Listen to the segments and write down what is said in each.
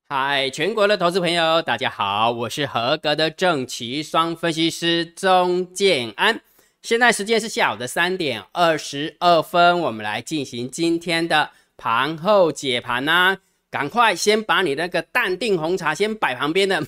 嗨，全国的投资朋友，大家好，我是合格的正奇双分析师钟建安。现在时间是下午的3:22，我们来进行今天的盘后解盘啦。赶快先把你那个淡定红茶先摆旁边的，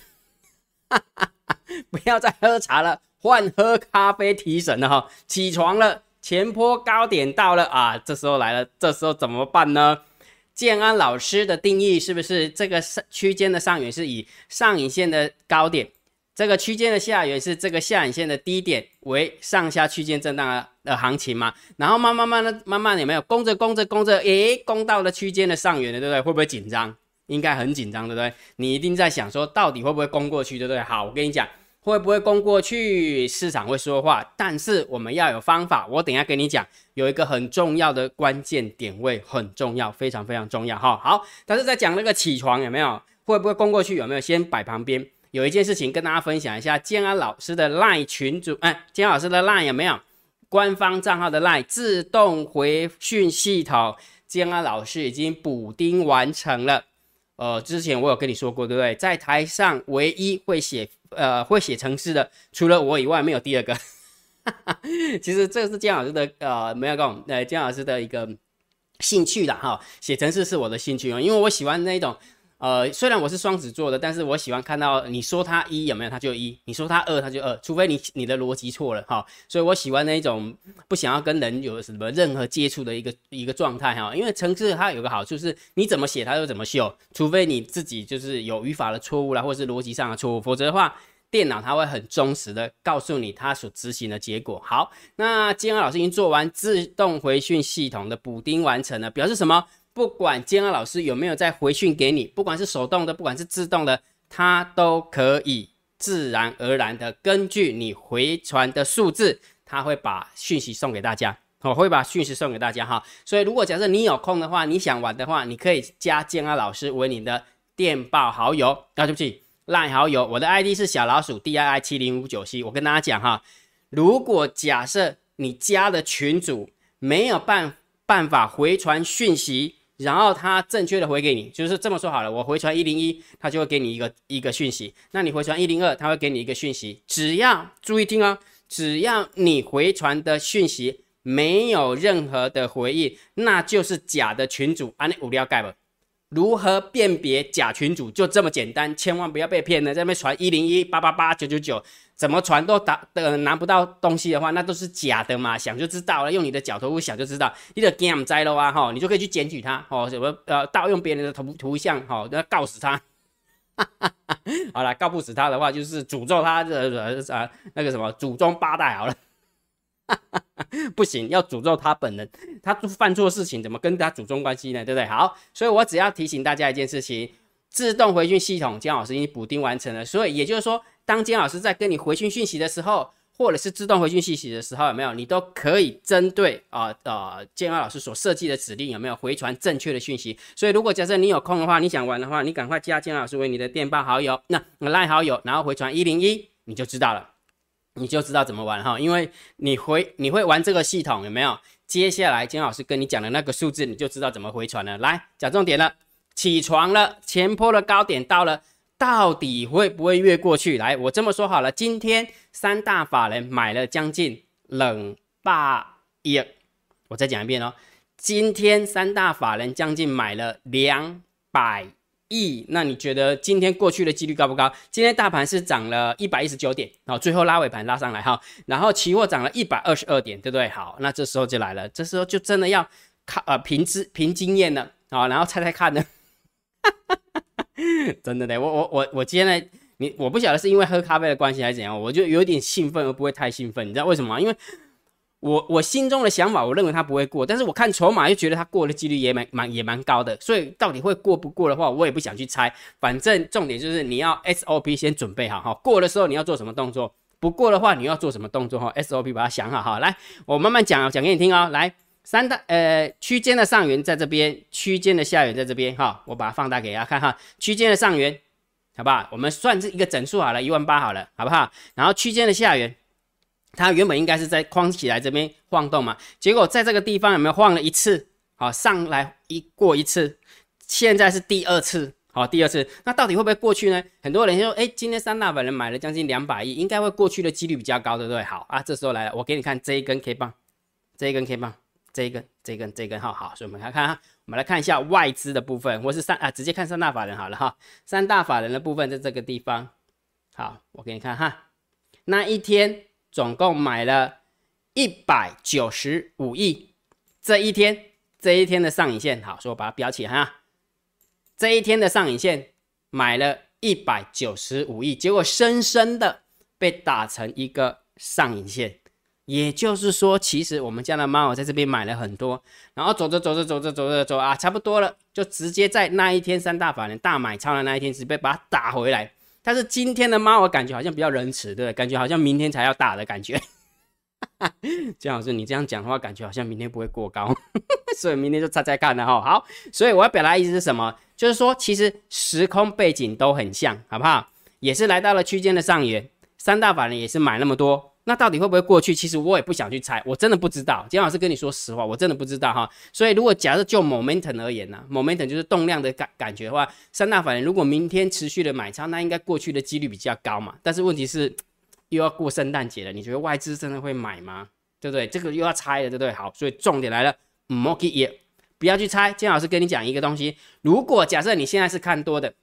不要再喝茶了，换喝咖啡提神了哈。起床了，前波高点到了啊，这时候来了，这时候怎么办呢？建安老师的定义是不是这个区间的上缘是以上影线的高点，这个区间的下缘是这个下影线的低点为上下区间震荡的行情嘛？然后慢慢有没有攻着，攻到了区间的上缘了，对不对？会不会紧张？应该很紧张，对不对？你一定在想说，到底会不会攻过去，对不对？好，我跟你讲。会不会攻过去？市场会说话，但是我们要有方法。我等一下跟你讲，有一个很重要的关键点位，很重要，非常非常重要哈。好，但是在讲那个起床有没有？会不会攻过去？有没有？先摆旁边。有一件事情跟大家分享一下，建安老师的 LINE 群组，建安老师的 LINE 有没有？官方账号的 LINE 自动回讯系统，建安老师已经补丁完成了。之前我有跟你说过，对不对？在台上唯一会写程式的，除了我以外，没有第二个。其实这是姜老师的没有讲，姜老师的一个兴趣啦哈。写程式是我的兴趣哦，因为我喜欢那种虽然我是双子座的，但是我喜欢看到你说它一有没有，它就一；你说它二，它就二，除非你的逻辑错了哈。所以我喜欢那种不想要跟人有什么任何接触的一个状态哈。因为程式它有个好处是，你怎么写它就怎么秀，除非你自己就是有语法的错误啦，或是逻辑上的错误，否则的话，电脑它会很忠实的告诉你它所执行的结果。好，那建安老师已经做完自动回讯系统的补丁完成了，表示什么？不管建安老师有没有再回讯给你，不管是手动的，不管是自动的，它都可以自然而然的根据你回传的数字，它会把讯息送给大家。会把讯息送给大家哈。所以如果假设你有空的话，你想玩的话，你可以加建安老师为你的电报好友对不起，LINE 好友，我的 ID 是小老鼠 DII70597。我跟大家讲哈，如果假设你加的群组没有办法回传讯息，然后他正确的回给你，就是这么说好了，我回传101，他就会给你一个讯息。那你回传102，他会给你一个讯息。只要注意听哦，只要你回传的讯息没有任何的回应，那就是假的群组。安尼有了解不？如何辨别假群组？就这么简单，千万不要被骗了。在那边传101888999，怎么传都拿不到东西的话，那都是假的嘛。想就知道了，用你的角头想就知道，你的 game 摘了啊哈，你就可以去检举他什么盗用别人的图像要告死他。好了，告不死他的话，就是诅咒他那个什么祖宗八代好了。不行，要诅咒他本人，他犯错事情怎么跟他祖宗关系呢？对不对？好，所以我只要提醒大家一件事情，自动回讯系统姜老师已经补丁完成了。所以也就是说，当姜老师在跟你回讯讯息的时候，或者是自动回讯讯息的时候，有没有你都可以针对姜老师所设计的指令有没有回传正确的讯息。所以如果假设你有空的话，你想玩的话，你赶快加姜老师为你的电报好友，那LINE好友，然后回传101，你就知道了。你就知道怎么玩哈，因为你会玩这个系统有没有？接下来金老师跟你讲的那个数字，你就知道怎么回传了。来，讲重点了，起床了，前波的高点到了，到底会不会越过去？来，我这么说好了，今天三大法人买了将近200亿，我再讲一遍哦，今天三大法人将近买了200亿，那你觉得今天过去的几率高不高？今天大盘是涨了119点，最后拉尾盘拉上来哈，然后期货涨了122点，对不对？好，那这时候就来了，这时候就真的要凭经验了然后猜猜看呢？真的呢，我今天呢，我不晓得是因为喝咖啡的关系还是怎样，我就有点兴奋而不会太兴奋，你知道为什么吗？因为我心中的想法，我认为它不会过，但是我看筹码又觉得它过的几率也蛮高的，所以到底会过不过的话，我也不想去猜。反正重点就是你要 SOP 先准备好哈，过的时候你要做什么动作，不过的话你要做什么动作哈 ，SOP 把它想好哈。来，我慢慢讲给你听哦。来，区间的上缘在这边，区间的下缘在这边哈，我把它放大给大家看哈。区间的上缘，好不好？我们算是一个整数好了，18000好了，好不好？然后区间的下缘。它原本应该是在框起来这边晃动嘛，结果在这个地方有没有晃了一次？好，上来过一次，现在是第二次， 好，第二次，那到底会不会过去呢？很多人说，今天三大法人买了将近200亿，应该会过去的几率比较高，对不对？好啊，这时候来了，我给你看这一根 K 棒，这一根 K 棒，这一根，好，所以我们来看哈，我们来看一下外资的部分，或是直接看三大法人好了哈。三大法人的部分在这个地方，好，我给你看哈，那一天总共买了195亿，这一天的上影线，好，所以我把它标起来哈。这一天的上影线买了195亿，结果深深的被打成一个上影线，也就是说，其实我们家的猫在这边买了很多，然后走啊，差不多了，就直接在那一天三大法人大买超的那一天，直接把它打回来。但是今天的猫，我感觉好像比较仁慈，对不对？感觉好像明天才要打的感觉。姜老师，你这样讲的话，感觉好像明天不会过高，所以明天就猜猜看了哈。好，所以我要表达的意思是什么？就是说，其实时空背景都很像，好不好？也是来到了区间的上缘，三大法人也是买那么多，那到底会不会过去？其实我也不想去猜，我真的不知道。姜老师跟你说实话，我真的不知道哈。所以如果假设就 momentum 而言呢，momentum 就是动量的感觉的话，三大法人如果明天持续的买超，那应该过去的几率比较高嘛。但是问题是，又要过圣诞节了，你觉得外资真的会买吗？对不对？这个又要猜了，对不对？好，所以重点来了，不要去猜。姜老师跟你讲一个东西，如果假设你现在是看多的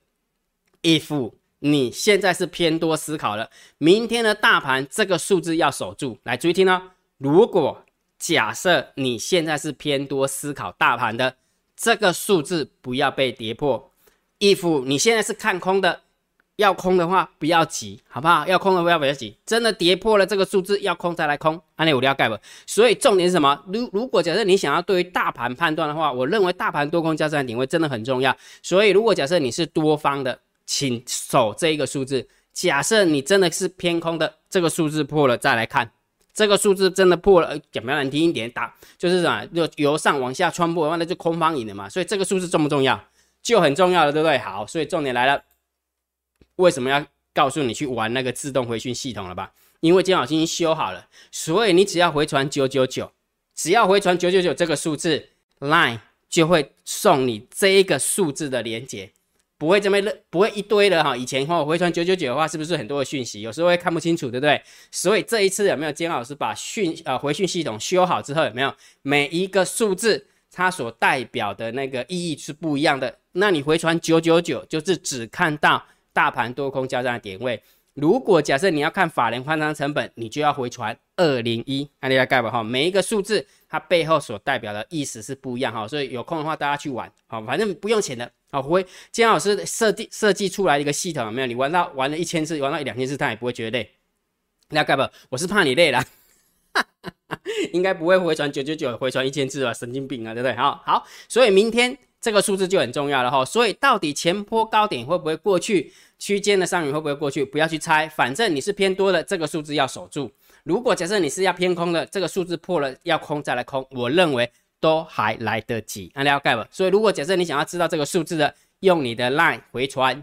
，if 你现在是偏多思考了，明天的大盘这个数字要守住，来注意听哦。如果假设你现在是偏多思考大盘的，这个数字不要被跌破。if 你现在是看空的，要空的话不要急，好不好？要空的不要急，真的跌破了这个数字要空再来空，按我了解不？所以重点是什么？如果假设你想要对于大盘判断的话，我认为大盘多空交战点位真的很重要。所以如果假设你是多方的，请守这一个数字。假设你真的是偏空的，这个数字破了再来看。这个数字真的破了，讲比较难听一点，就是什么，就由上往下穿破的话，那就空方赢了嘛。所以这个数字重不重要？就很重要了，对不对？好，所以重点来了。为什么要告诉你去玩那个自动回讯系统了吧？因为姜老师已经修好了，所以你只要回传999，只要回传999这个数字 ，Line 就会送你这一个数字的连结，不会一堆的哈。以前我回传999的话，是不是很多的讯息，有时候会看不清楚，对不对？所以这一次有没有姜老师把回讯系统修好之后，有没有每一个数字它所代表的那个意义是不一样的？那你回传999就是只看到大盘多空交战的点位。如果假设你要看法人换仓成本，你就要回传201，那你来盖吧哈。每一个数字它背后所代表的意思是不一样哈，所以有空的话大家去玩好，反正不用钱的好。姜老师设计出来的一个系统有没有？你玩了1000次，玩到2000次，他也不会觉得累。你来盖吧，我是怕你累啦。应该不会回传999，回传1000次吧，神经病啊，对不对？好，所以明天这个数字就很重要了哈。所以到底前波高点会不会过去？区间的上缘会不会过去？不要去猜，反正你是偏多的，这个数字要守住。如果假设你是要偏空的，这个数字破了要空再来空，我认为都还来得及。了解吧？所以如果假设你想要知道这个数字的，用你的 LINE 回传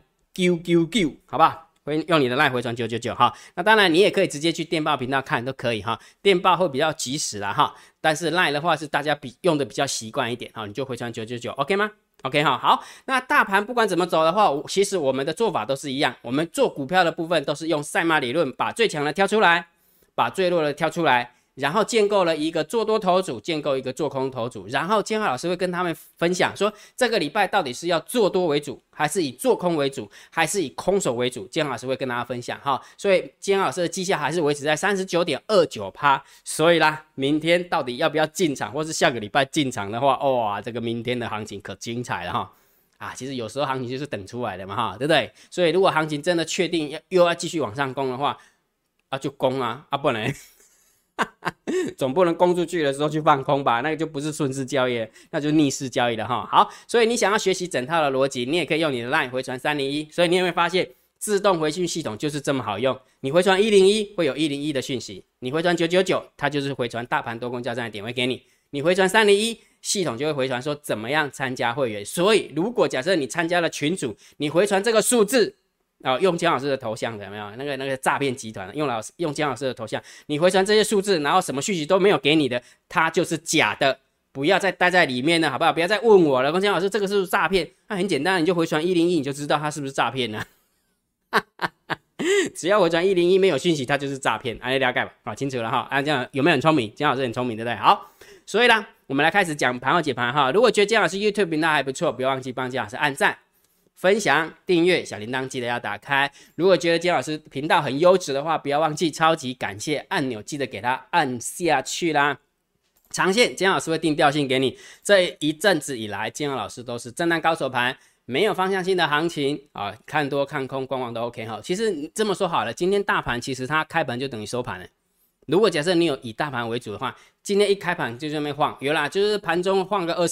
999，好不好？用你的 LINE 回传999哈。那当然你也可以直接去电报频道看都可以哈，电报会比较及时啦哈。但是 LINE 的话是大家用的比较习惯一点哈，你就回传999 ，OK 吗？OK 哈，好，那大盘不管怎么走的话，其实我们的做法都是一样，我们做股票的部分都是用赛马理论，把最强的挑出来，把最弱的挑出来，然后建构了一个做多头组，建构一个做空头组，然后建浩老师会跟他们分享说，这个礼拜到底是要做多为主，还是以做空为主，还是以空手为主，建浩老师会跟大家分享哈。所以建浩老师的绩效还是维持在 39.29%， 所以啦，明天到底要不要进场，或是下个礼拜进场的话，哇，这个明天的行情可精彩了哈。其实有时候行情就是等出来的嘛哈，对不对？所以如果行情真的确定又要继续往上攻的话，就攻啊，不然总不能攻出去的时候去放空吧，那个就不是顺势交易，那就逆势交易了哈。好，所以你想要学习整套的逻辑，你也可以用你的 LINE 回传301，所以你也会发现自动回讯系统就是这么好用。你回传101会有101的讯息，你回传999它就是回传大盘多空交战的点位给你，你回传301系统就会回传说怎么样参加会员。所以如果假设你参加了群组，你回传这个数字用姜老师的头像的有没有？那个诈骗集团用姜老师的头像，你回传这些数字，然后什么讯息都没有给你的，它就是假的， 不要再待在里面了，好不好？不要再问我了，江老师这个是不是诈骗？那很简单，你就回传101，你就知道它是不是诈骗了。只要回传101没有讯息，它就是诈骗。了解吧？好，清楚了哈。这样有没有很聪明？江老师很聪明，对不对？好，所以呢，我们来开始讲盘后解盘哈。如果觉得江老师 YouTube 频道还不错，不要忘记帮江老师按赞、分享、订阅，小铃铛记得要打开。如果觉得江老师频道很优质的话，不要忘记超级感谢按钮，记得给它按下去啦。长线江老师会定调性给你，这一阵子以来，江老师都是震荡高手盘。没有方向性的行情啊，看多看空观望都 OK 哈。其实你这么说好了，今天大盘其实它开盘就等于收盘了。如果假设你有以大盘为主的话，今天一开盘就这边晃，有啦，就是盘中晃个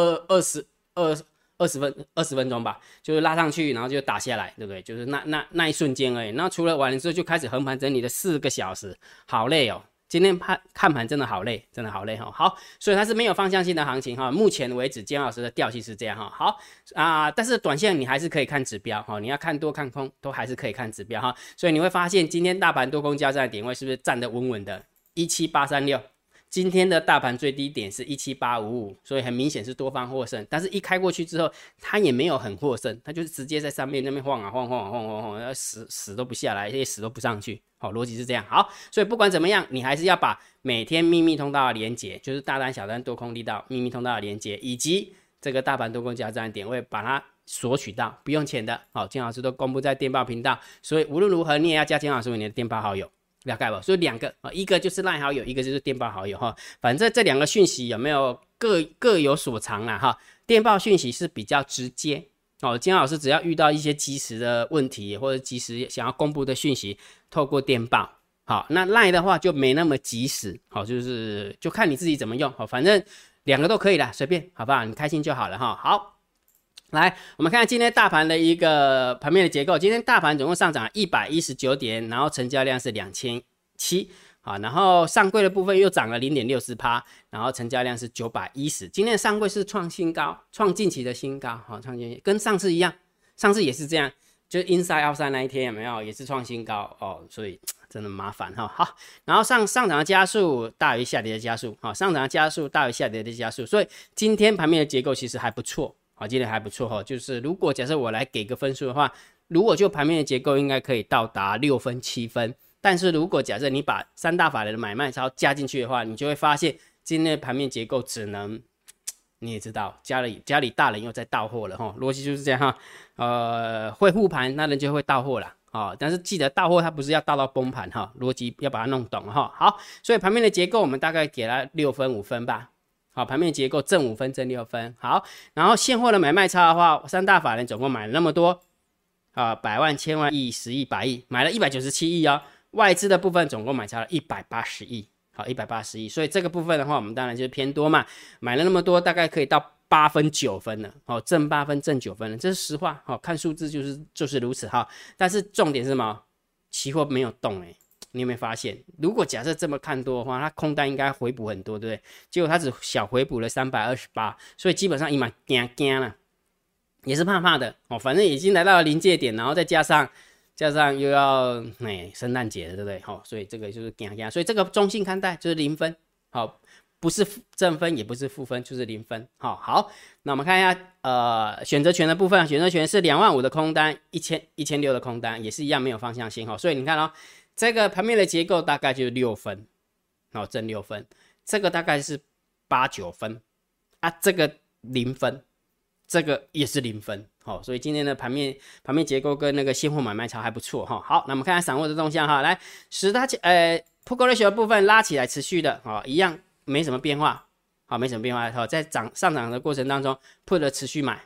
20分钟吧，就是拉上去，然后就打下来，对不对？就是那一瞬间而已。然后除了完了之后就开始横盘整理了4个小时，好累哦。今天看盘真的好累，真的好累哈。好，所以它是没有方向性的行情哈。目前为止，姜老师的调性是这样哈。好但是短线你还是可以看指标哈，你要看多看空都还是可以看指标哈。所以你会发现今天大盘多空交战的点位是不是站得稳稳的？17836。今天的大盘最低点是17855，所以很明显是多方获胜。但是一开过去之后，它也没有很获胜，它就是直接在上面那边晃啊晃晃啊晃晃晃，死都不下来，也死都不上去。好，逻辑是这样。好，所以不管怎么样，你还是要把每天秘密通道的连结，就是大单、小单、多空力道秘密通道的连结，以及这个大盘多空交战的点位，把它索取到，不用钱的。好，金老师都公布在电报频道，所以无论如何你也要加金老师为你的电报好友。了解吧？所以2个一个就是 LINE 好友，一个就是电报好友哈。反正这2个讯息有没有各有所长啦哈。电报讯息是比较直接哦，金老师只要遇到一些即时的问题或者即时想要公布的讯息，透过电报。好，那 LINE 的话就没那么及时，好，就看你自己怎么用，好，反正2个都可以啦，随便，好不好？你开心就好了哈。好。来，我们看今天大盘的一个盘面的结构。今天大盘总共上涨119点，然后成交量是2700啊，然后上柜的部分又涨了 0.64%， 然后成交量是910。今天的上柜是创新高，创近期的新高，好，创新跟上次一样，上次也是这样，就是 inside outside 那一天有没有也是创新高哦，所以真的麻烦哈。好，然后上涨的加速大于下跌的加速，好，上涨的加速大于下跌的加速，所以今天盘面的结构其实还不错。好，今天还不错哈，就是如果假设我来给个分数的话，如果就盘面的结构应该可以到达6分7分，但是如果假设你把3大法人的买卖超加进去的话，你就会发现今天的盘面结构只能，你也知道家里大人又在到货了哈，逻辑就是这样哈，会护盘那人就会到货啦。但是记得到货它不是要到崩盘哈，逻辑要把它弄懂哈。好，所以盘面的结构我们大概给它6分5分吧。好，盘面结构正5分正6分。好，然后现货的买卖差的话，3大法人总共买了那么多百万、千万、亿、10亿、100亿，买了197亿哦。外资的部分总共买差了180亿，好，180亿。所以这个部分的话，我们当然就是偏多嘛，买了那么多，大概可以到8分9分了，正8分正9分了，这是实话。看数字就是如此哈。但是重点是什么？期货没有动你有没有发现，如果假设这么看多的话，它空单应该回补很多，对不对？结果它只小回补了328，所以基本上一蛮惊了，也是怕怕的反正已经来到了临界点，然后再加上又要圣诞节了，对不对？所以这个就是惊，所以这个中性看待就是0分，不是正分也不是负分，就是0分。好，那我们看一下选择权的部分，选择权是25000的空单，1600的空单，也是一样没有方向性所以你看这个盘面的结构大概就是6分，正6分，这个大概是8、9分这个0分，这个也是0分，所以今天的盘面结构跟那个现货买卖潮还不错好，那我们看看散户的动向来10大put call ratio 的部分拉起来持续的一样没什么变化，没什么变化在上涨的过程当中 put 持续买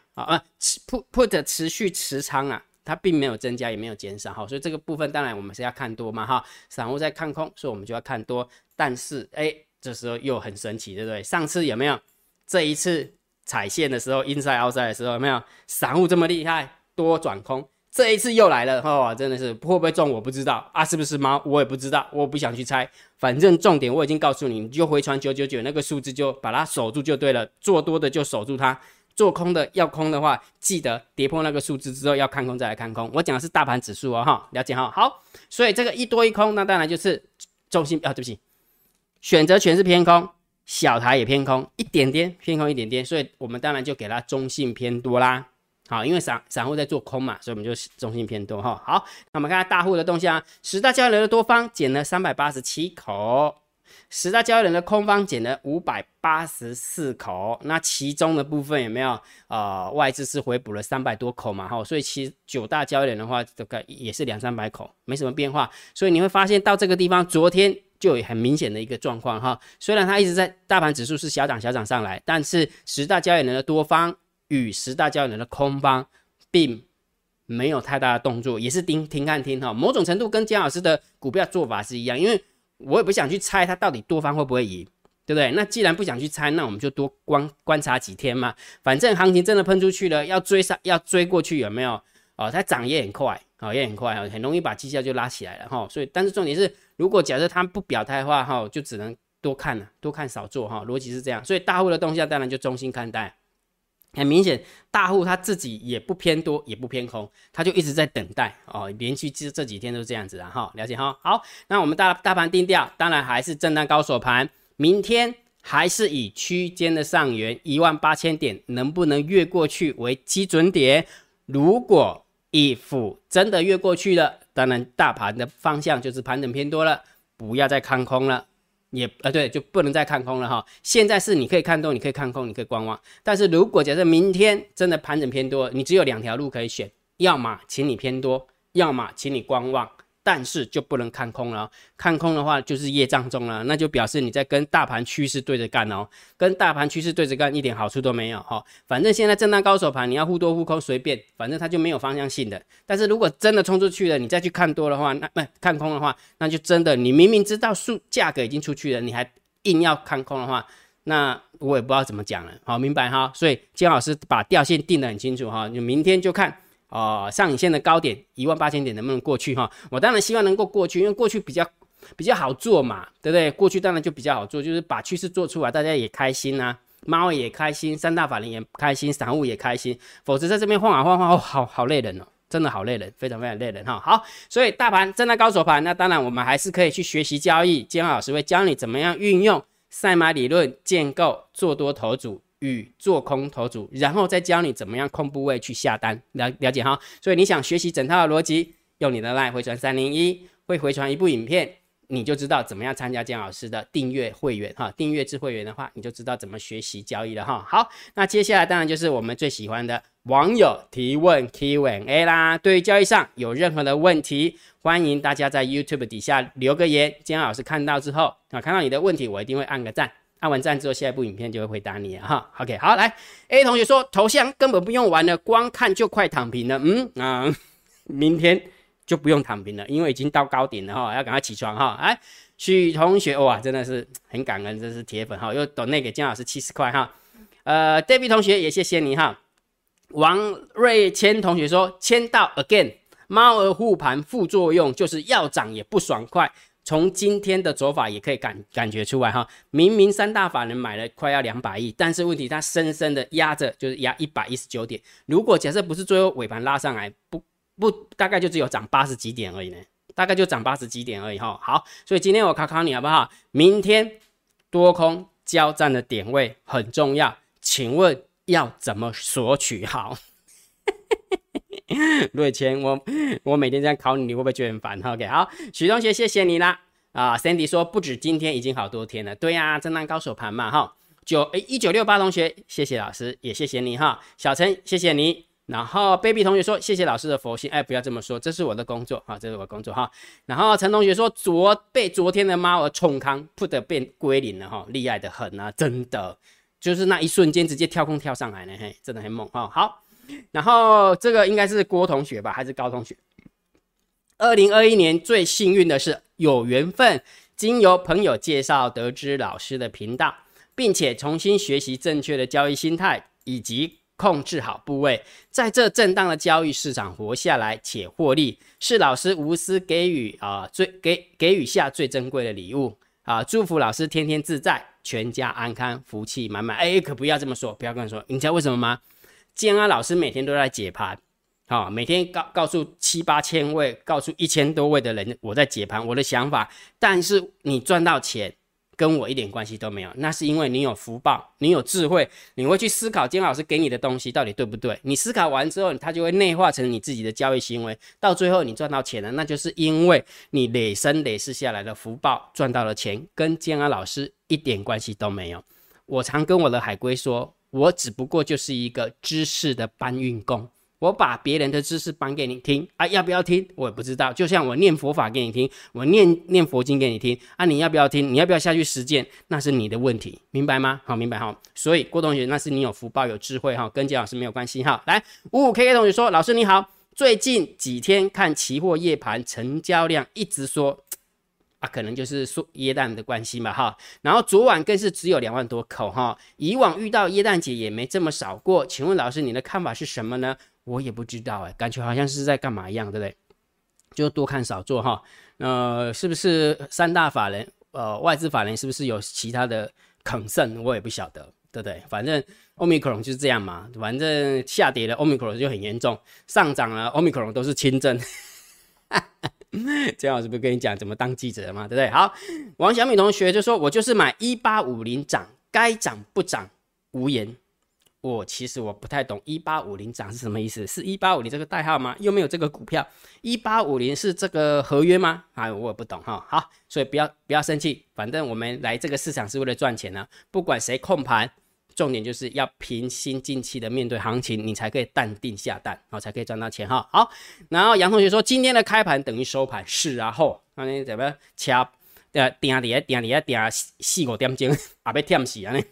put 持续持仓它并没有增加也没有减少所以这个部分当然我们是要看多嘛散户在看空，所以我们就要看多，但是这时候又很神奇，对不对？上次有没有这一次踩线的时候 inside outside 的时候有没有散户这么厉害多转空？这一次又来了真的是会不会中我不知道是不是猫我也不知道，我不想去猜，反正重点我已经告诉你，你就回传999那个数字就把它守住就对了，做多的就守住它，做空的要空的话，记得跌破那个数字之后要看空再来看空。我讲的是大盘指数了解好，所以这个一多一空，那当然就是中性对不起，选择权是偏空， 小台也偏空一点点，偏空一点点，所以我们当然就给它中性偏多啦。好，因为散户在做空嘛，所以我们就中性偏多哈。好，那我们看看大户的动向，10大交易人的多方减了387口，10大交易人的空方减了584口。那其中的部分有没有外资是回补了300多口嘛？哈，所以其实9大交易人的话，大概也是200-300口，没什么变化。所以你会发现到这个地方，昨天就有很明显的一个状况哈。虽然它一直在大盘指数是小涨上来，但是10大交易人的多方与10大交易人的空方并没有太大的动作，也是听看听哈。某种程度跟姜老师的股票做法是一样，因为我也不想去猜它到底多方会不会赢，对不对？那既然不想去猜，那我们就多观察几天嘛。反正行情真的喷出去了，要追过去有没有？它涨也很快，也很快，很容易把绩效就拉起来了哈。所以，但是重点是，如果假设它不表态的话哈，就只能多看了，多看少做哈。逻辑是这样，所以大户的动向当然就中性看待。很明显，大户他自己也不偏多，也不偏空，他就一直在等待连续这几天都是这样子哈，了解哈。好，那我们大盘定调，当然还是震荡高手盘，明天还是以区间的上缘18000点能不能越过去为基准点。如果if真的越过去了，当然大盘的方向就是盘整偏多了，不要再看空了。对，就不能再看空了哈。现在是你可以看多，你可以看空，你可以观望。但是如果假设明天真的盘整偏多，你只有2条路可以选，要么请你偏多，要么请你观望。但是就不能看空了，看空的话就是业障重了，那就表示你在跟大盘趋势对着干哦，跟大盘趋势对着干一点好处都没有哈。反正现在震荡高手盘，你要互多互空随便，反正它就没有方向性的。但是如果真的冲出去了，你再去看多的话，看空的话，那就真的你明明知道价格已经出去了，你还硬要看空的话，那我也不知道怎么讲了。好，明白哈？所以姜老师把调性定得很清楚哈，你明天就看。上影线的高点18000点能不能过去哈？我当然希望能够过去，因为过去比较好做嘛，对不对？过去当然就比较好做，就是把趋势做出来，大家也开心啊，猫也开心，三大法人也开心，散户也开心。否则在这边晃啊晃，好累人哦，真的好累人，非常累人哈。好，所以大盘震荡高手盘，那当然我们还是可以去学习交易，建安老师会教你怎么样运用赛马理论建构做多头组与做空头组，然后再教你怎么样控部位去下单，了解哈。所以你想学习整套的逻辑，用你的 LINE 回传301，会回传一部影片，你就知道怎么样参加姜老师的订阅会员哈。订阅制会员的话，你就知道怎么学习交易了哈。好，那接下来当然就是我们最喜欢的网友提问 Q&A 啦。对于交易上有任何的问题，欢迎大家在 YouTube 底下留个言，姜老师看到之后看到你的问题，我一定会按个赞。按完赞之后，下一部影片就会回答你哈。OK， 好，来 A 同学说头像根本不用玩了，光看就快躺平了。明天就不用躺平了，因为已经到高点了哈，要赶快起床哈。来，许同学哇，真的是很感恩，这是铁粉哈，又donate给姜老师70块哈。David 同学也谢谢你哈。王瑞谦同学说签到 again， 猫儿护盘副作用就是要涨也不爽快。从今天的走法也可以感觉出来哈，明明三大法人买了快要200亿，但是问题它深深的压着，就是压119点。如果假设不是最后尾盘拉上来，不大概就只有涨80几点而已呢，大概就涨80几点而已哈。好，所以今天我考你好不好？明天多空交战的点位很重要，请问要怎么索取好？瑞谦，我每天这样考你，你会不会觉得很烦 ？OK， 好，许同学，谢谢你啦。Sandy 说不止今天，已经好多天了。对呀，震荡高手盘嘛，哈。1968同学，谢谢老师，也谢谢你哈。小陈，谢谢你。然后 Baby 同学说，谢谢老师的佛心。不要这么说，这是我的工作哈，这是我的工作哈。然后陈同学说，被昨天的猫儿冲康 put 变归零了哈，厉害的很啊，真的，就是那一瞬间直接跳空跳上来了，嘿，真的很猛哈。好。然后这个应该是郭同学吧，还是高同学？2021年最幸运的是有缘分，经由朋友介绍得知老师的频道，并且重新学习正确的交易心态以及控制好部位，在这震荡的交易市场活下来且获利，是老师无私给予给予下最珍贵的礼物祝福老师天天自在，全家安康，福气满满。可不要这么说，不要跟我说，你知道为什么吗？建安老师每天都在解盘，每天告诉7-8千位，告诉1000多位的人我在解盘，我的想法。但是你赚到钱， 跟我一点关系都没有，那是因为你有福报，你有智慧，你会去思考监老师给你的东西到底对不对。你思考完之后，它就会内化成你自己的交易行为，到最后你赚到钱了，那就是因为你累生累世下来的福报赚到了钱，跟监老师一点关系都没有。我常跟我的海龟说，我只不过就是一个知识的搬运工。我把别人的知识搬给你听啊，要不要听我也不知道。就像我念佛法给你听，我念佛经给你听啊，你要不要听？你要不要下去实践？那是你的问题，明白吗？好，明白哈。所以郭同学，那是你有福报有智慧哈，跟姜老师没有关系哈。来，55KK 同学说，老师你好，最近几天看期货夜盘成交量一直说啊，可能就是说耶诞的关系嘛哈。然后昨晚更是只有2万多口哈，以往遇到耶诞节也没这么少过。请问老师你的看法是什么呢？我也不知道感觉好像是在干嘛一样，对不对？就多看少做哈。是不是3大法人外资法人是不是有其他的坑胜？我也不晓得，对不对？反正 Omicron 就是这样嘛，反正下跌了 Omicron 就很严重，上涨了 Omicron 都是轻症。姜老师不是跟你讲怎么当记者吗？对不对？好，王小米同学就说，我就是买1850涨，该涨不涨无言。其实我不太懂1850涨是什么意思，是1850这个代号吗？又没有这个股票，1850是这个合约吗？我也不懂哈。好，所以不要生气，反正我们来这个市场是为了赚钱呢，不管谁控盘，重点就是要平心静气的面对行情，你才可以淡定下蛋，才可以赚到钱哈。好，然后杨同学说，今天的开盘等于收盘，是啊吼，那你怎么掐定4-5点钟，也要忝死啊呢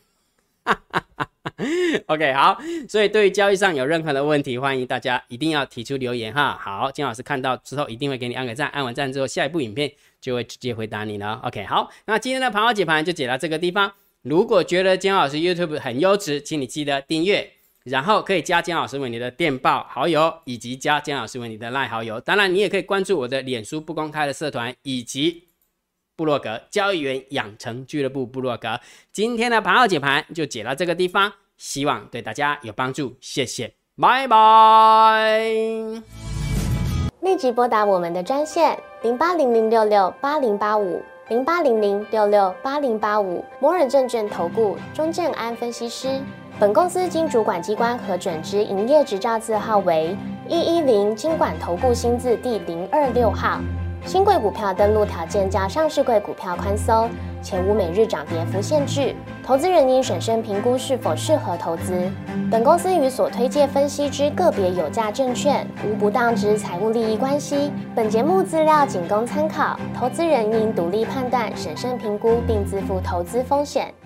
？OK， 好，所以对于交易上有任何的问题，欢迎大家一定要提出留言哈。好，姜老师看到之后一定会给你按个赞，按完赞之后，下一部影片就会直接回答你了。OK， 好，那今天的盘后解盘就解到这个地方。如果觉得姜老师 YouTube 很优质，请你记得订阅，然后可以加姜老师为你的电报好友，以及加姜老师为你的 LINE 好友。当然，你也可以关注我的脸书不公开的社团以及部落格交易员养成俱乐部部落格。今天的盘后解盘就解到这个地方，希望对大家有帮助，谢谢，拜拜。 立即拨打我们的专线08006680850800668085摩尔证券投顾钟正安分析师。本公司经主管机关核准之营业执照字号为110金管投顾新字第026号。新贵股票登录条件较上市贵股票宽松，且无每日涨跌幅限制。投资人应审慎评估是否适合投资。本公司与所推介分析之个别有价证券无不当之财务利益关系。本节目资料仅供参考，投资人应独立判断、审慎评估并自负投资风险。